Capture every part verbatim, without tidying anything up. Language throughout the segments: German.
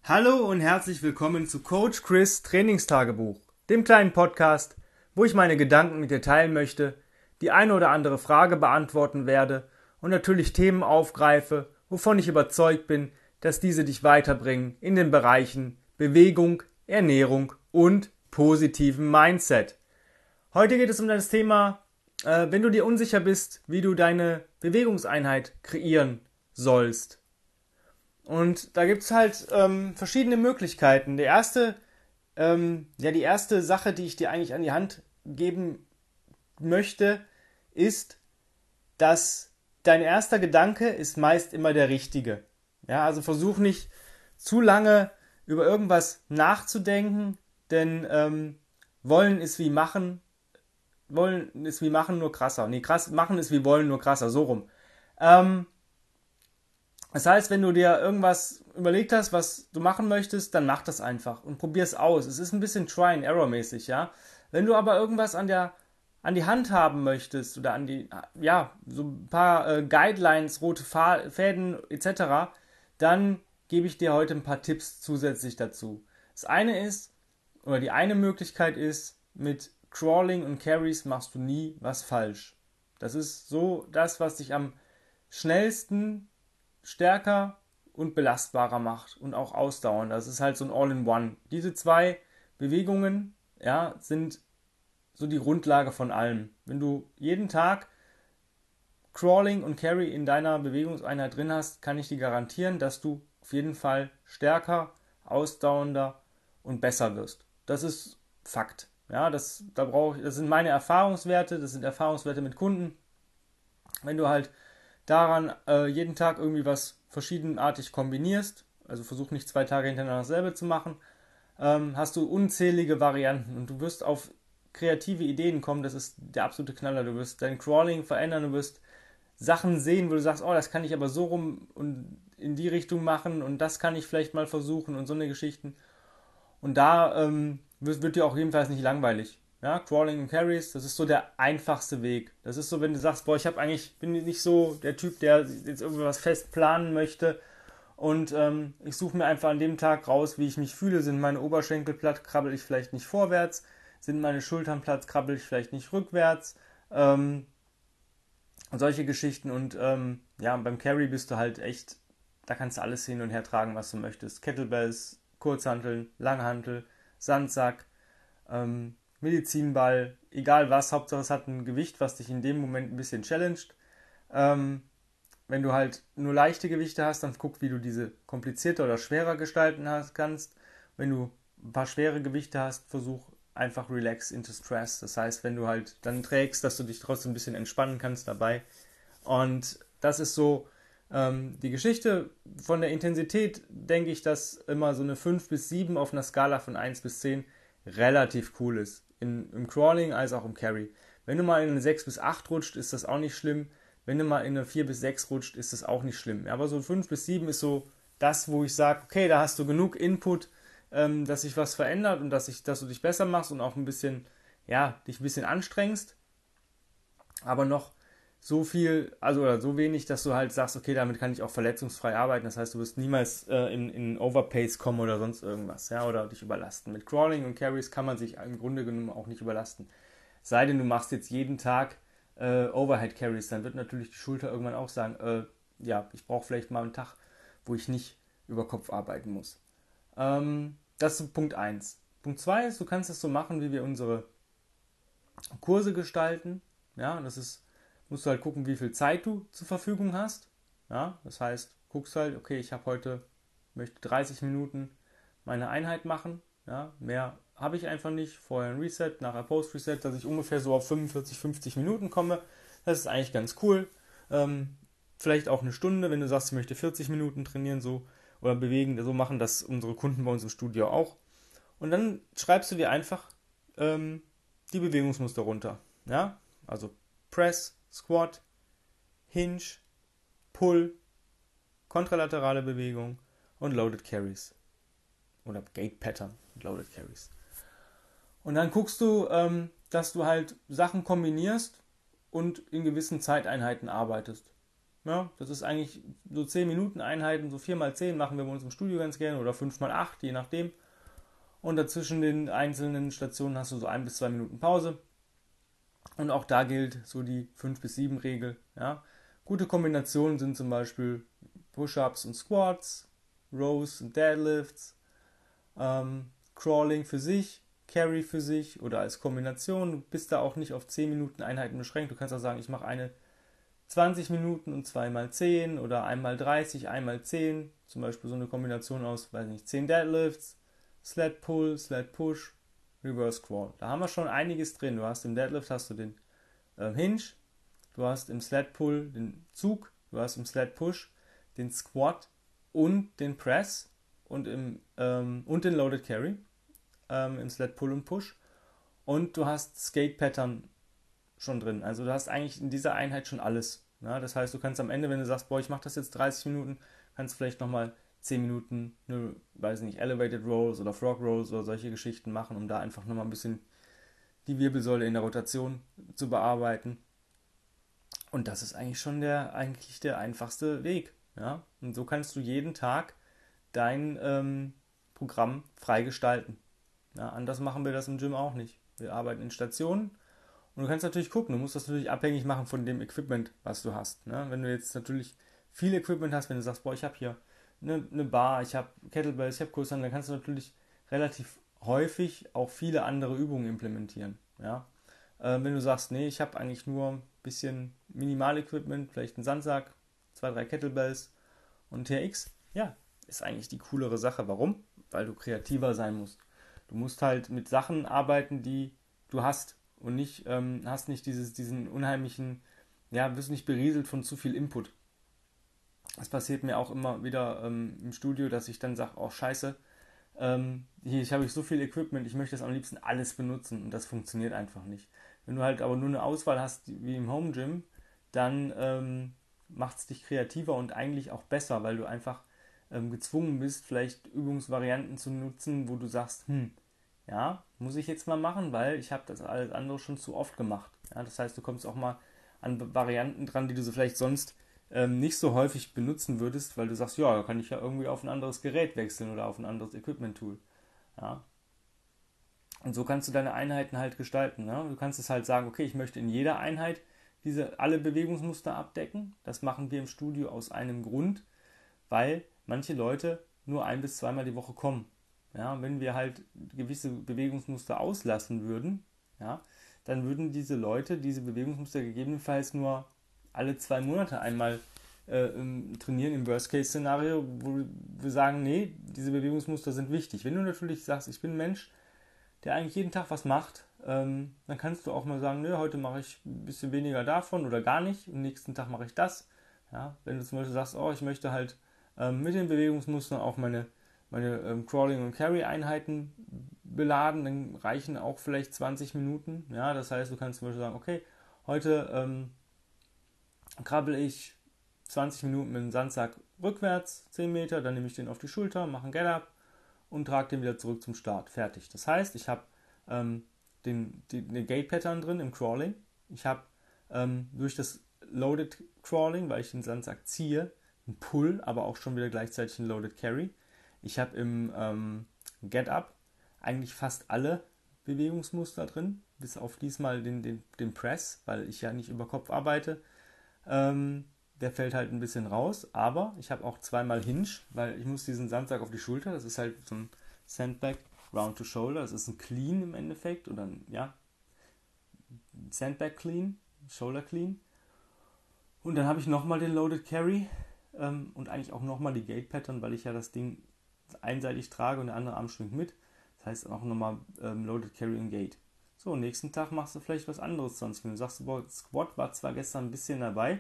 Hallo und herzlich willkommen zu Coach Chris Trainingstagebuch, dem kleinen Podcast, wo ich meine Gedanken mit dir teilen möchte, die eine oder andere Frage beantworten werde und natürlich Themen aufgreife, wovon ich überzeugt bin, dass diese dich weiterbringen in den Bereichen Bewegung, Ernährung und positiven Mindset. Heute geht es um das Thema, äh, wenn du dir unsicher bist, wie du deine Bewegungseinheit kreieren sollst. Und da gibt es halt ähm, verschiedene Möglichkeiten. Der erste, ähm, ja, die erste Sache, die ich dir eigentlich an die Hand geben möchte, ist, dass dein erster Gedanke ist meist immer der richtige. Ja, also versuch nicht zu lange über irgendwas nachzudenken, denn ähm, wollen ist wie machen, wollen ist wie machen, nur krasser. Nee, krass, machen ist wie wollen, nur krasser, so rum. Ähm, Das heißt, wenn du dir irgendwas überlegt hast, was du machen möchtest, dann mach das einfach und probier es aus. Es ist ein bisschen Try-and-Error-mäßig, ja. Wenn du aber irgendwas an der an die Hand haben möchtest oder an die, ja, so ein paar äh, Guidelines, rote Fäden et cetera, dann gebe ich dir heute ein paar Tipps zusätzlich dazu. Das eine ist, oder die eine Möglichkeit ist, mit Crawling und Carries machst du nie was falsch. Das ist so das, was dich am schnellsten stärker und belastbarer macht und auch ausdauernder. Das ist halt so ein All-in-One. Diese zwei Bewegungen, ja, sind so die Grundlage von allem. Wenn du jeden Tag Crawling und Carry in deiner Bewegungseinheit drin hast, kann ich dir garantieren, dass du auf jeden Fall stärker, ausdauernder und besser wirst. Das ist Fakt. Ja, das, da brauche ich, das sind meine Erfahrungswerte, das sind Erfahrungswerte mit Kunden. Wenn du halt daran äh, jeden Tag irgendwie was verschiedenartig kombinierst, also versuch nicht zwei Tage hintereinander dasselbe zu machen, ähm, hast du unzählige Varianten und du wirst auf kreative Ideen kommen, das ist der absolute Knaller. Du wirst dein Crawling verändern, du wirst Sachen sehen, wo du sagst, oh, das kann ich aber so rum und in die Richtung machen und das kann ich vielleicht mal versuchen und so eine Geschichten. Und da ähm, wird, wird dir auch jedenfalls nicht langweilig. Ja, Crawling und Carries, das ist so der einfachste Weg. Das ist so, wenn du sagst, boah, ich habe eigentlich, bin nicht so der Typ, der jetzt irgendwas fest planen möchte und ähm, ich suche mir einfach an dem Tag raus, wie ich mich fühle. Sind meine Oberschenkel platt, krabbel ich vielleicht nicht vorwärts, sind meine Schultern platt, krabbel ich vielleicht nicht rückwärts. Ähm, und solche Geschichten und ähm, ja, beim Carry bist du halt echt, da kannst du alles hin und her tragen, was du möchtest. Kettlebells, Kurzhanteln, Langhantel, Sandsack, ähm, Medizinball, egal was, Hauptsache es hat ein Gewicht, was dich in dem Moment ein bisschen challenged. Ähm, wenn du halt nur leichte Gewichte hast, dann guck, wie du diese komplizierter oder schwerer gestalten hast, kannst. Wenn du ein paar schwere Gewichte hast, versuch einfach relax into stress. Das heißt, wenn du halt dann trägst, dass du dich trotzdem ein bisschen entspannen kannst dabei. Und das ist so ähm, die Geschichte. Von der Intensität denke ich, dass immer so eine fünf bis sieben auf einer Skala von eins bis zehn relativ cool ist. In, im Crawling als auch im Carry. Wenn du mal in eine sechs bis acht rutscht, ist das auch nicht schlimm. Wenn du mal in eine vier bis sechs rutscht, ist das auch nicht schlimm. Aber so fünf bis sieben ist so das, wo ich sage, okay, da hast du genug Input, ähm, dass sich was verändert und dass, ich, dass du dich besser machst und auch ein bisschen, ja, dich ein bisschen anstrengst. Aber noch so viel, also oder so wenig, dass du halt sagst, okay, damit kann ich auch verletzungsfrei arbeiten. Das heißt, du wirst niemals äh, in, in Overpace kommen oder sonst irgendwas, ja, oder dich überlasten. Mit Crawling und Carries kann man sich im Grunde genommen auch nicht überlasten. Sei denn, du machst jetzt jeden Tag äh, Overhead Carries, dann wird natürlich die Schulter irgendwann auch sagen, äh, ja, ich brauche vielleicht mal einen Tag, wo ich nicht über Kopf arbeiten muss. Ähm, das ist Punkt eins. Punkt zwei ist, du kannst es so machen, wie wir unsere Kurse gestalten. Ja, das ist, musst du halt gucken, wie viel Zeit du zur Verfügung hast. Ja, das heißt, guckst halt, okay, ich habe heute, möchte dreißig Minuten meine Einheit machen. Ja, mehr habe ich einfach nicht. Vorher ein Reset, nachher Post-Reset, dass ich ungefähr so auf fünfundvierzig, fünfzig Minuten komme. Das ist eigentlich ganz cool. Ähm, vielleicht auch eine Stunde, wenn du sagst, ich möchte vierzig Minuten trainieren, so oder bewegen, so machen das unsere Kunden bei uns im Studio auch. Und dann schreibst du dir einfach ähm, die Bewegungsmuster runter. Ja, also Press, Squat, Hinge, Pull, kontralaterale Bewegung und Loaded Carries. Oder Gate Pattern und Loaded Carries. Und dann guckst du, ähm, dass du halt Sachen kombinierst und in gewissen Zeiteinheiten arbeitest. Ja, das ist eigentlich so zehn Minuten Einheiten, so vier mal zehn machen wir bei uns im Studio ganz gerne oder fünf mal acht, je nachdem. Und dazwischen den einzelnen Stationen hast du so ein bis zwei Minuten Pause. Und auch da gilt so die fünf bis sieben Regel. Ja. Gute Kombinationen sind zum Beispiel Push-Ups und Squats, Rows und Deadlifts, ähm, Crawling für sich, Carry für sich oder als Kombination. Du bist da auch nicht auf zehn Minuten Einheiten beschränkt. Du kannst auch sagen, ich mache eine zwanzig Minuten und zwei mal zehn oder einmal dreißig, einmal zehn. Zum Beispiel so eine Kombination aus, weiß nicht, zehn Deadlifts, Sled Pull, Sled Push, Reverse Crawl. Da haben wir schon einiges drin. Du hast im Deadlift hast du den ähm, Hinge, du hast im Sled Pull den Zug, du hast im Sled Push den Squat und den Press und, im, ähm, und den Loaded Carry ähm, im Sled Pull und Push. Und du hast Skate Pattern schon drin. Also du hast eigentlich in dieser Einheit schon alles. Ja, das heißt, du kannst am Ende, wenn du sagst, boah, ich mache das jetzt dreißig Minuten, kannst du vielleicht nochmal zehn Minuten, ne, weiß nicht, Elevated Rolls oder Frog Rolls oder solche Geschichten machen, um da einfach nochmal ein bisschen die Wirbelsäule in der Rotation zu bearbeiten. Und das ist eigentlich schon der, eigentlich der einfachste Weg. Ja? Und so kannst du jeden Tag dein ähm, Programm frei gestalten. Ja, anders machen wir das im Gym auch nicht. Wir arbeiten in Stationen und du kannst natürlich gucken, du musst das natürlich abhängig machen von dem Equipment, was du hast. Ne? Wenn du jetzt natürlich viel Equipment hast, wenn du sagst, boah, ich habe hier eine, eine Bar, ich habe Kettlebells, ich habe Kurshanteln, dann kannst du natürlich relativ häufig auch viele andere Übungen implementieren. Ja? Äh, wenn du sagst, nee, ich habe eigentlich nur ein bisschen Minimal-Equipment, vielleicht einen Sandsack, zwei, drei Kettlebells und T R X, ja, ist eigentlich die coolere Sache. Warum? Weil du kreativer sein musst. Du musst halt mit Sachen arbeiten, die du hast und nicht ähm, hast nicht dieses, diesen unheimlichen, ja, wirst nicht berieselt von zu viel Input. Das passiert mir auch immer wieder ähm, im Studio, dass ich dann sage, oh scheiße, ähm, hier ich habe ich so viel Equipment, ich möchte das am liebsten alles benutzen und das funktioniert einfach nicht. Wenn du halt aber nur eine Auswahl hast wie im Home Gym, dann ähm, macht es dich kreativer und eigentlich auch besser, weil du einfach ähm, gezwungen bist, vielleicht Übungsvarianten zu nutzen, wo du sagst, hm, ja, muss ich jetzt mal machen, weil ich habe das alles andere schon zu oft gemacht. Ja, das heißt, du kommst auch mal an Varianten dran, die du so vielleicht sonst ähm, nicht so häufig benutzen würdest, weil du sagst, ja, da kann ich ja irgendwie auf ein anderes Gerät wechseln oder auf ein anderes Equipment-Tool. Ja. Und so kannst du deine Einheiten halt gestalten. Ne? Du kannst es halt sagen, okay, ich möchte in jeder Einheit diese alle Bewegungsmuster abdecken. Das machen wir im Studio aus einem Grund, weil manche Leute nur ein bis zweimal die Woche kommen. Ja, wenn wir halt gewisse Bewegungsmuster auslassen würden, ja, dann würden diese Leute diese Bewegungsmuster gegebenenfalls nur alle zwei Monate einmal äh, trainieren im Worst-Case-Szenario, wo wir sagen, nee, diese Bewegungsmuster sind wichtig. Wenn du natürlich sagst, ich bin ein Mensch, der eigentlich jeden Tag was macht, ähm, dann kannst du auch mal sagen, nö, heute mache ich ein bisschen weniger davon oder gar nicht, am nächsten Tag mache ich das. Ja, wenn du zum Beispiel sagst, oh, ich möchte halt ähm, mit den Bewegungsmustern auch meine, meine ähm, Crawling- und Carry-Einheiten beladen, dann reichen auch vielleicht zwanzig Minuten. Ja, das heißt, du kannst zum Beispiel sagen, okay, heute ähm, krabbel ich zwanzig Minuten mit dem Sandsack rückwärts, zehn Meter, dann nehme ich den auf die Schulter, mache einen Get-Up und trage den wieder zurück zum Start. Fertig. Das heißt, ich habe ähm, den, die, eine Gate-Pattern drin im Crawling. Ich habe ähm, durch das Loaded Crawling, weil ich den Sandsack ziehe, einen Pull, aber auch schon wieder gleichzeitig einen Loaded Carry. Ich habe im ähm, Get-Up eigentlich fast alle Bewegungsmuster drin, bis auf diesmal den, den, den Press, weil ich ja nicht über Kopf arbeite. Ähm, der fällt halt ein bisschen raus, aber ich habe auch zweimal Hinge, weil ich muss diesen Sandsack auf die Schulter, das ist halt so ein Sandbag Round to Shoulder, das ist ein Clean im Endeffekt oder ein, ja, Sandbag Clean, Shoulder Clean. Und dann habe ich nochmal den Loaded Carry ähm, und eigentlich auch nochmal die Gate Pattern, weil ich ja das Ding einseitig trage und der andere Arm schwingt mit. Das heißt auch nochmal ähm, Loaded Carry und Gate. So, nächsten Tag machst du vielleicht was anderes zwanzig Minuten. Du sagst, boah, Squat war zwar gestern ein bisschen dabei,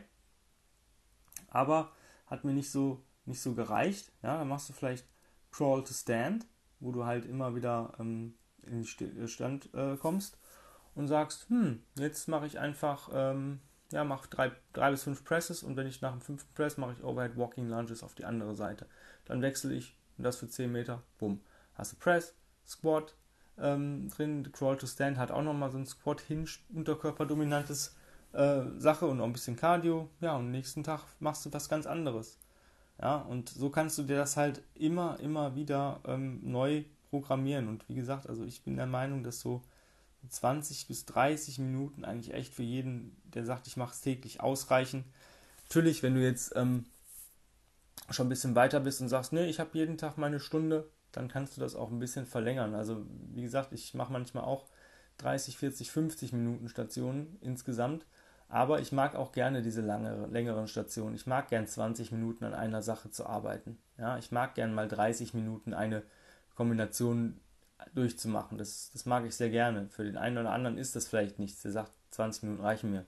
aber hat mir nicht so, nicht so gereicht. Ja, dann machst du vielleicht Crawl to Stand, wo du halt immer wieder ähm, in den Stand äh, kommst und sagst, hm, jetzt mache ich einfach, ähm, ja, mache drei, drei bis fünf Presses und wenn ich nach dem fünften Press mache ich Overhead Walking Lunges auf die andere Seite. Dann wechsle ich und das für zehn Meter, bumm. Hast du Press, Squat ähm, drin, Crawl to Stand hat auch nochmal so ein Squat-Hinge, unterkörperdominantes äh, Sache und auch ein bisschen Cardio. Ja, und am nächsten Tag machst du was ganz anderes. Ja, und so kannst du dir das halt immer, immer wieder ähm, neu programmieren. Und wie gesagt, also ich bin der Meinung, dass so zwanzig bis dreißig Minuten eigentlich echt für jeden, der sagt, ich mache es täglich, ausreichen. Natürlich, wenn du jetzt ähm, schon ein bisschen weiter bist und sagst, nee, ich habe jeden Tag meine Stunde, dann kannst du das auch ein bisschen verlängern. Also wie gesagt, ich mache manchmal auch dreißig, vierzig, fünfzig Minuten Stationen insgesamt, aber ich mag auch gerne diese lange, längeren Stationen. Ich mag gern zwanzig Minuten an einer Sache zu arbeiten. Ja, ich mag gern mal dreißig Minuten eine Kombination durchzumachen. Das, das mag ich sehr gerne. Für den einen oder anderen ist das vielleicht nichts. Der sagt, zwanzig Minuten reichen mir.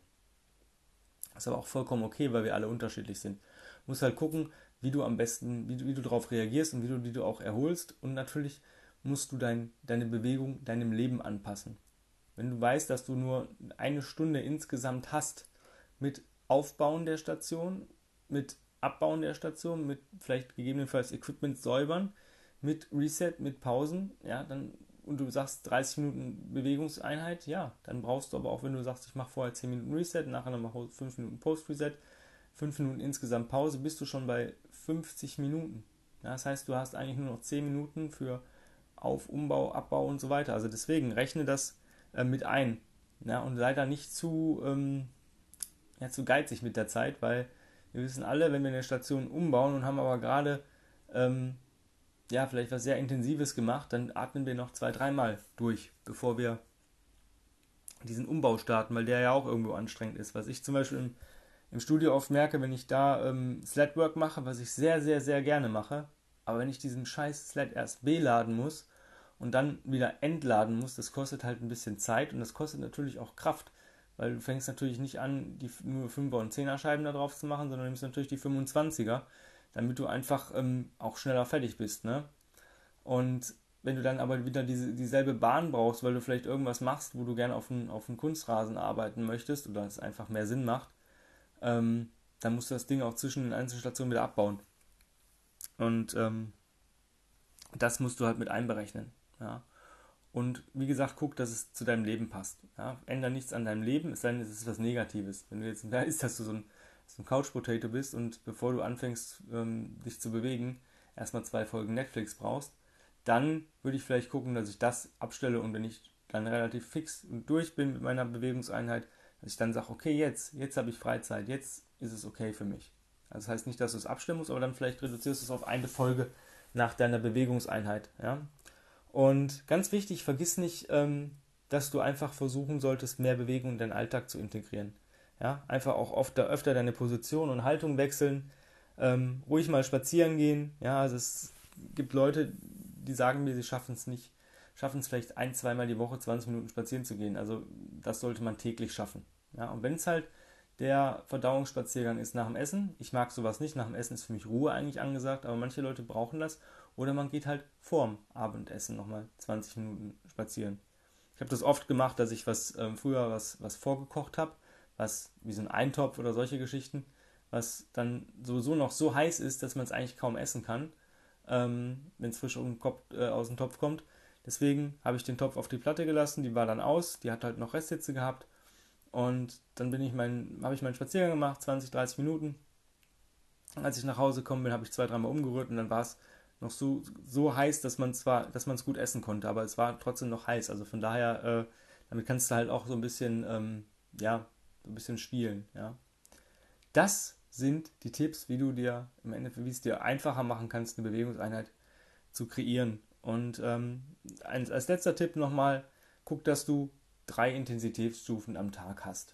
Das ist aber auch vollkommen okay, weil wir alle unterschiedlich sind. Du musst halt gucken, wie du am besten, wie du, wie du darauf reagierst und wie du, wie du auch erholst. Und natürlich musst du dein, deine Bewegung deinem Leben anpassen. Wenn du weißt, dass du nur eine Stunde insgesamt hast mit Aufbauen der Station, mit Abbauen der Station, mit vielleicht gegebenenfalls Equipment säubern, mit Reset, mit Pausen, ja, dann und du sagst dreißig Minuten Bewegungseinheit, ja, dann brauchst du aber auch, wenn du sagst, ich mache vorher zehn Minuten Reset, nachher nochmal fünf Minuten Post-Reset, fünf Minuten insgesamt Pause, bist du schon bei fünfzig Minuten. Ja, das heißt, du hast eigentlich nur noch zehn Minuten für Auf-, Umbau, Abbau und so weiter. Also deswegen rechne das äh, mit ein. Ja, und leider nicht zu, ähm, ja, zu geizig mit der Zeit, weil wir wissen alle, wenn wir eine Station umbauen und haben aber gerade ähm, ja, vielleicht was sehr Intensives gemacht, dann atmen wir noch zwei, dreimal durch, bevor wir diesen Umbau starten, weil der ja auch irgendwo anstrengend ist. Was ich zum Beispiel im, im Studio oft merke, wenn ich da ähm, Sledwork mache, was ich sehr, sehr, sehr gerne mache, aber wenn ich diesen scheiß Sled erst beladen muss und dann wieder entladen muss, das kostet halt ein bisschen Zeit und das kostet natürlich auch Kraft, weil du fängst natürlich nicht an, die nur fünfer und zehner Scheiben da drauf zu machen, sondern nimmst natürlich die fünfundzwanziger, damit du einfach ähm, auch schneller fertig bist, ne? Und wenn du dann aber wieder diese, dieselbe Bahn brauchst, weil du vielleicht irgendwas machst, wo du gerne auf einem auf einem Kunstrasen arbeiten möchtest oder es einfach mehr Sinn macht, ähm, dann musst du das Ding auch zwischen den einzelnen Stationen wieder abbauen. Und ähm, das musst du halt mit einberechnen. Ja. Und wie gesagt, guck, dass es zu deinem Leben passt. Ja. Änder nichts an deinem Leben, es sei denn, es ist was Negatives. Wenn du jetzt da ist, dass du so ein, so ein Couch-Potato bist und bevor du anfängst, ähm, dich zu bewegen, erstmal zwei Folgen Netflix brauchst, dann würde ich vielleicht gucken, dass ich das abstelle und wenn ich dann relativ fix und durch bin mit meiner Bewegungseinheit, dass ich dann sage, okay, jetzt, jetzt habe ich Freizeit, jetzt ist es okay für mich. Also das heißt nicht, dass du es abstellen musst, aber dann vielleicht reduzierst du es auf eine Folge nach deiner Bewegungseinheit. Ja? Und ganz wichtig, vergiss nicht, ähm, dass du einfach versuchen solltest, mehr Bewegung in deinen Alltag zu integrieren. Ja? Einfach auch oft, öfter deine Position und Haltung wechseln, ähm, ruhig mal spazieren gehen. Ja? Also es gibt Leute, die sagen mir, sie schaffen es nicht, schaffen es vielleicht ein, zweimal die Woche zwanzig Minuten spazieren zu gehen. Also das sollte man täglich schaffen. Ja? Und wenn es halt der Verdauungsspaziergang ist nach dem Essen, ich mag sowas nicht, nach dem Essen ist für mich Ruhe eigentlich angesagt, aber manche Leute brauchen das. Oder man geht halt vorm Abendessen nochmal zwanzig Minuten spazieren. Ich habe das oft gemacht, dass ich was ähm, früher was, was vorgekocht habe, was wie so ein Eintopf oder solche Geschichten, was dann sowieso noch so heiß ist, dass man es eigentlich kaum essen kann, ähm, wenn es frisch Kopf, äh, aus dem Topf kommt. Deswegen habe ich den Topf auf die Platte gelassen, die war dann aus, die hat halt noch Resthitze gehabt und dann bin ich mein, habe ich meinen Spaziergang gemacht, zwanzig, dreißig Minuten. Als ich nach Hause gekommen bin, habe ich zwei, dreimal umgerührt und dann war es noch so, so heiß, dass man zwar, dass man es gut essen konnte, aber es war trotzdem noch heiß. Also von daher, äh, damit kannst du halt auch so ein bisschen, ähm, ja, so ein bisschen spielen, ja. Das sind die Tipps, wie du dir im Endeffekt, wie es dir einfacher machen kannst, eine Bewegungseinheit zu kreieren. Und ähm, als letzter Tipp nochmal, guck, dass du drei Intensitätsstufen am Tag hast.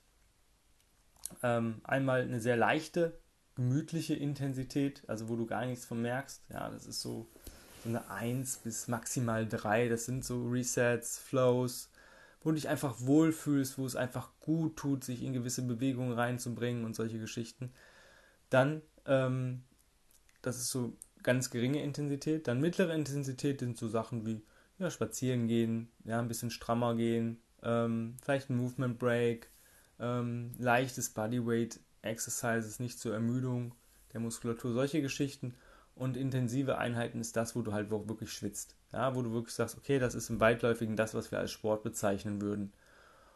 Ähm, einmal eine sehr leichte, gemütliche Intensität, also wo du gar nichts von merkst. Ja, das ist so, so eine eins bis maximal drei. Das sind so Resets, Flows, wo du dich einfach wohlfühlst, wo es einfach gut tut, sich in gewisse Bewegungen reinzubringen und solche Geschichten. Dann, ähm, das ist so ganz geringe Intensität. Dann mittlere Intensität sind so Sachen wie ja, spazieren gehen, ja, ein bisschen strammer gehen, ähm, vielleicht ein Movement Break, ähm, leichtes Bodyweight Exercises, nicht zur Ermüdung der Muskulatur, solche Geschichten. Und intensive Einheiten ist das, wo du halt wirklich schwitzt. Ja, wo du wirklich sagst, okay, das ist im Weitläufigen das, was wir als Sport bezeichnen würden.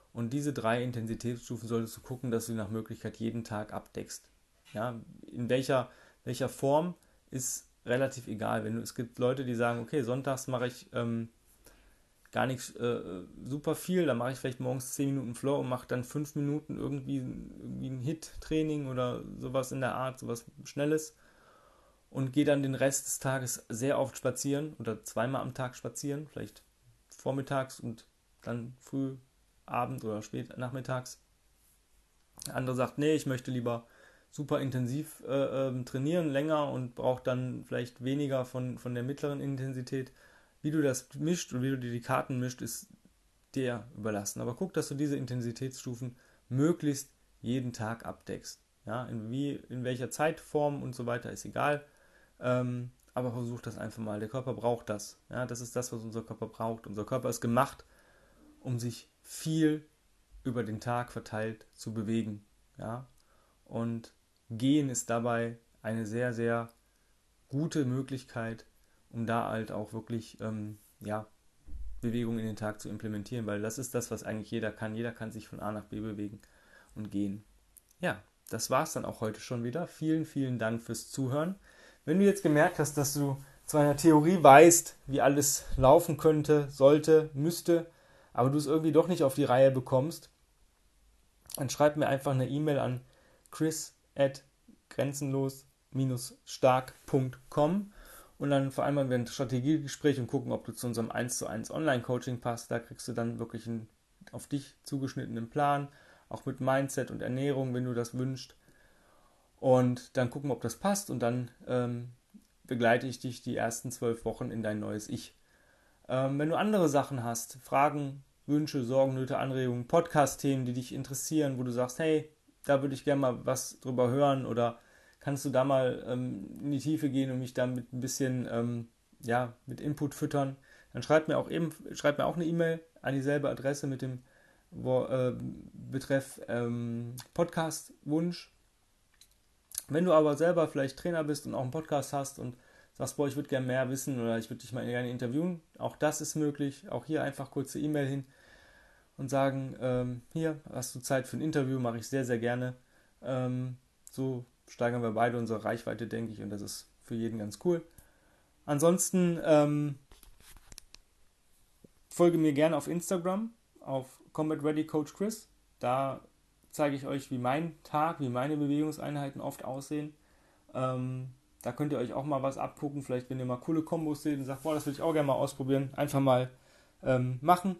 Und diese drei Intensitätsstufen solltest du gucken, dass du nach Möglichkeit jeden Tag abdeckst. Ja, in welcher, welcher Form ist relativ egal. Wenn du, es gibt Leute, die sagen, okay, sonntags mache ich ähm, gar nichts äh, super viel, dann mache ich vielleicht morgens zehn Minuten Flow und mache dann fünf Minuten irgendwie, irgendwie ein Hit-Training oder sowas in der Art, sowas Schnelles und gehe dann den Rest des Tages sehr oft spazieren oder zweimal am Tag spazieren, vielleicht vormittags und dann früh, Abend oder spät nachmittags. Der andere sagt, nee, ich möchte lieber super intensiv äh, äh, trainieren, länger und brauche dann vielleicht weniger von, von der mittleren Intensität. Wie du das mischt und wie du dir die Karten mischt, ist dir überlassen. Aber guck, dass du diese Intensitätsstufen möglichst jeden Tag abdeckst. Ja, in, wie, in welcher Zeitform und so weiter ist egal. Ähm, aber versuch das einfach mal. Der Körper braucht das. Ja, das ist das, was unser Körper braucht. Unser Körper ist gemacht, um sich viel über den Tag verteilt zu bewegen. Ja? Und Gehen ist dabei eine sehr, sehr gute Möglichkeit, um da halt auch wirklich ähm, ja, Bewegung in den Tag zu implementieren, weil das ist das, was eigentlich jeder kann. Jeder kann sich von A nach B bewegen und gehen. Ja, das war es dann auch heute schon wieder. Vielen, vielen Dank fürs Zuhören. Wenn du jetzt gemerkt hast, dass du zwar in der Theorie weißt, wie alles laufen könnte, sollte, müsste, aber du es irgendwie doch nicht auf die Reihe bekommst, dann schreib mir einfach eine E-Mail an chris at grenzenlos stark punkt com und dann vereinbaren wir ein Strategiegespräch und gucken, ob du zu unserem eins zu eins Online-Coaching passt. Da kriegst du dann wirklich einen auf dich zugeschnittenen Plan, auch mit Mindset und Ernährung, wenn du das wünschst. Und dann gucken, ob das passt und dann ähm, begleite ich dich die ersten zwölf Wochen in dein neues Ich. Ähm, wenn du andere Sachen hast, Fragen, Wünsche, Sorgen, Nöte, Anregungen, Podcast-Themen, die dich interessieren, wo du sagst, hey, da würde ich gerne mal was drüber hören oder kannst du da mal ähm, in die Tiefe gehen und mich da mit ein bisschen ähm, ja, mit Input füttern, dann schreib mir auch eben, schreib mir auch eine E-Mail an dieselbe Adresse mit dem wo, äh, Betreff ähm, Podcast-Wunsch. Wenn du aber selber vielleicht Trainer bist und auch einen Podcast hast und sagst, boah, ich würde gerne mehr wissen oder ich würde dich mal gerne interviewen, auch das ist möglich. Auch hier einfach kurze E-Mail hin und sagen, ähm, hier, hast du Zeit für ein Interview, mache ich sehr, sehr gerne. Ähm, so steigern wir beide unsere Reichweite, denke ich, und das ist für jeden ganz cool. Ansonsten ähm, folge mir gerne auf Instagram, auf Combat Ready Coach Chris. Da zeige ich euch, wie mein Tag, wie meine Bewegungseinheiten oft aussehen. Ähm, da könnt ihr euch auch mal was abgucken. Vielleicht, wenn ihr mal coole Kombos seht und sagt, boah, das will ich auch gerne mal ausprobieren, einfach mal ähm, machen.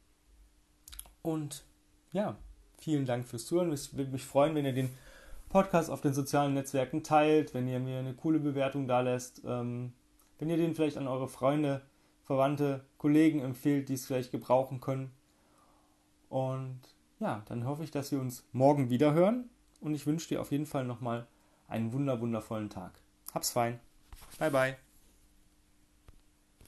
Und ja, vielen Dank fürs Zuhören. Es würde mich freuen, wenn ihr den Podcast auf den sozialen Netzwerken teilt, wenn ihr mir eine coole Bewertung da lässt, ähm, wenn ihr den vielleicht an eure Freunde, Verwandte, Kollegen empfehlt, die es vielleicht gebrauchen können. Und ja, dann hoffe ich, dass wir uns morgen wieder hören und ich wünsche dir auf jeden Fall nochmal einen wunder, wundervollen Tag. Hab's fein. Bye, bye.